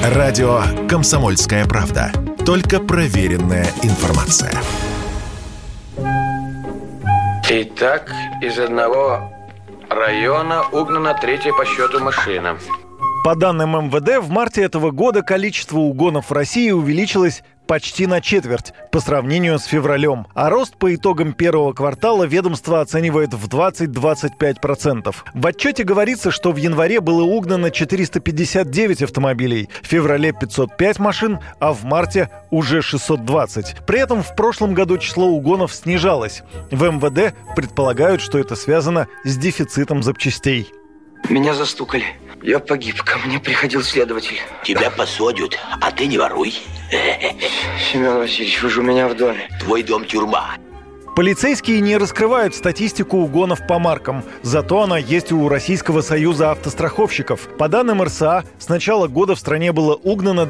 Радио «Комсомольская правда». Только проверенная информация. Итак, из одного района угнана третья по счету машина. По данным МВД, в марте этого года количество угонов в России увеличилось почти на четверть по сравнению с февралем. А рост по итогам первого квартала ведомство оценивает в 20-25%. В отчете говорится, что в январе было угнано 459 автомобилей, в феврале 505 машин, а в марте уже 620. При этом в прошлом году число угонов снижалось. В МВД предполагают, что это связано с дефицитом запчастей. Меня застукали. Я погиб. Ко мне приходил следователь. Тебя посадят, а ты не воруй. Семен Васильевич, вы же у меня в доме. Твой дом – тюрьма. Полицейские не раскрывают статистику угонов по маркам, зато она есть у Российского союза автостраховщиков. По данным РСА, с начала года в стране было угнано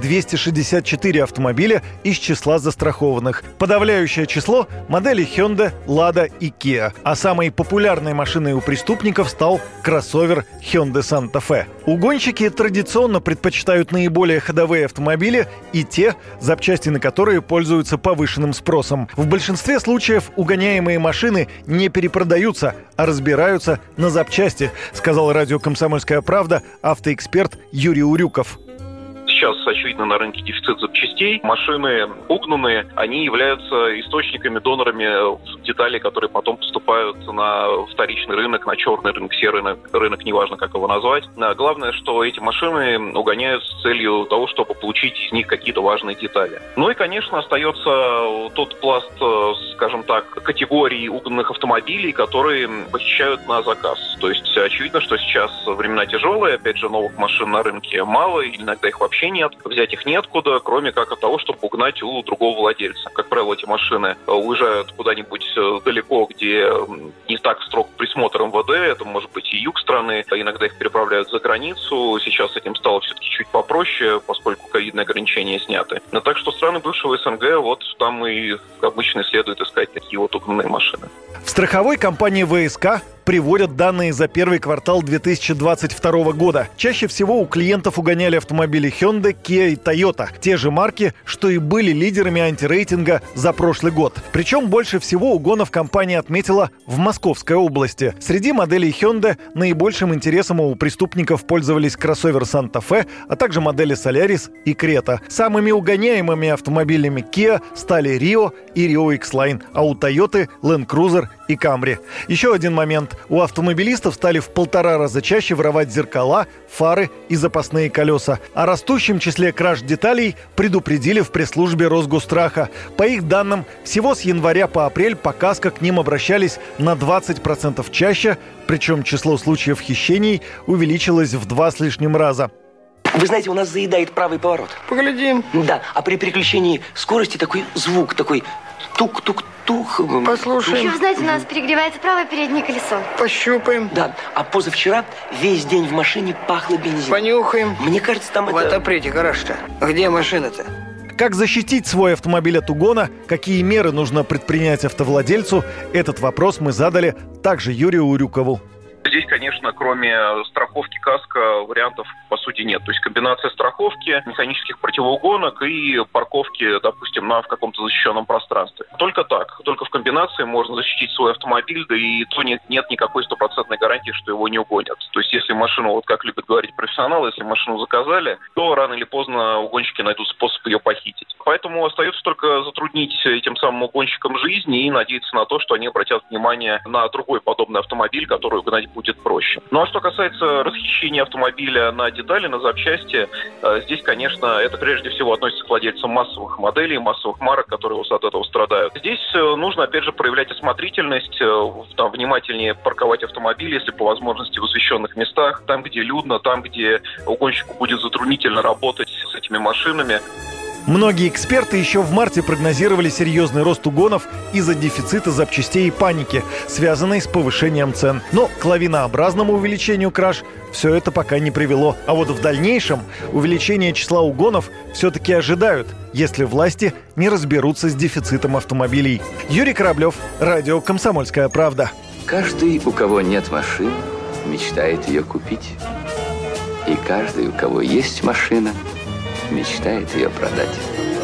264 автомобиля из числа застрахованных. Подавляющее число – модели Hyundai, Lada и Kia. А самой популярной машиной у преступников стал кроссовер Hyundai Santa Fe. Угонщики традиционно предпочитают наиболее ходовые автомобили и те, запчасти на которые пользуются повышенным спросом. В большинстве случаев угоняемые машины не перепродаются, а разбираются на запчасти, сказал радио «Комсомольская правда» автоэксперт Юрий Урюков. Сейчас, очевидно, на рынке дефицит запчастей. Машины угнанные, они являются источниками, донорами деталей, которые потом поступают на вторичный рынок, на черный рынок, серый рынок, неважно, как его назвать. Главное, что эти машины угоняют с целью того, чтобы получить из них какие-то важные детали. Ну и, конечно, остается тот пласт, скажем так, категорий угнанных автомобилей, которые похищают на заказ. То есть, очевидно, что сейчас времена тяжелые, опять же, новых машин на рынке мало, иногда их вообще нет, взять их неоткуда, кроме как от того, чтобы угнать у другого владельца. Как правило, эти машины уезжают куда-нибудь далеко, где не так строг присмотр МВД, это может быть и юг страны, иногда их переправляют за границу, сейчас с этим стало все-таки чуть попроще, поскольку ковидные ограничения сняты. Но так что страны бывшего СНГ, вот там и обычно следует искать такие вот угнанные машины. В страховой компании ВСК приводят данные за первый квартал 2022 года. Чаще всего у клиентов угоняли автомобили Hyundai, Kia и Toyota. Те же марки, что и были лидерами антирейтинга за прошлый год. Причем больше всего угонов компания отметила в Московской области. Среди моделей Hyundai наибольшим интересом у преступников пользовались кроссовер Santa Fe, а также модели Solaris и Creta. Самыми угоняемыми автомобилями Kia стали Rio и Rio X-Line, а у Toyota Land Cruiser и Camry. Еще один момент. У автомобилистов стали в 1,5 раза чаще воровать зеркала, фары и запасные колеса. О растущем числе краж деталей предупредили в пресс-службе Росгосстраха. По их данным, всего с января по апрель по КАСКО к ним обращались на 20% чаще, причем число случаев хищений увеличилось в 2 с лишним раза. Вы знаете, у нас заедает правый поворот. Поглядим. Да, а при переключении скорости такой звук, такой тук-тук-тук. Послушаем. Еще, вы знаете, у нас перегревается правое переднее колесо. Пощупаем. Да, а позавчера весь день в машине пахло бензином. Понюхаем. Мне кажется, там В отоприте гараж-то. Где машина-то? Как защитить свой автомобиль от угона, какие меры нужно предпринять автовладельцу, этот вопрос мы задали также Юрию Урюкову. Здесь, конечно, кроме страховки КАСКО вариантов по сути нет. То есть комбинация страховки, механических противоугонок и парковки, допустим, в каком-то защищенном пространстве. Только так. Только в комбинации можно защитить свой автомобиль, да и то нет никакой стопроцентной гарантии, что его не угонят. То есть если машину, вот как любят говорить профессионалы, если машину заказали, то рано или поздно угонщики найдут способ ее похитить. Поэтому остается только затруднить этим самым угонщикам жизнь и надеяться на то, что они обратят внимание на другой подобный автомобиль, который угнать будет проще. Ну а что касается расхищения автомобиля на детали, на запчасти, здесь, конечно, это прежде всего относится к владельцам массовых моделей, массовых марок, которые от этого страдают. Здесь нужно, опять же, проявлять осмотрительность, внимательнее парковать автомобили, если по возможности в освещенных местах, там, где людно, там, где угонщику будет затруднительно работать с этими машинами. Многие эксперты еще в марте прогнозировали серьезный рост угонов из-за дефицита запчастей и паники, связанной с повышением цен. Но к лавинообразному увеличению краж все это пока не привело. А вот в дальнейшем увеличение числа угонов все-таки ожидают, если власти не разберутся с дефицитом автомобилей. Юрий Кораблев, радио «Комсомольская правда». Каждый, у кого нет машины, мечтает ее купить. И каждый, у кого есть машина, мечтает ее продать.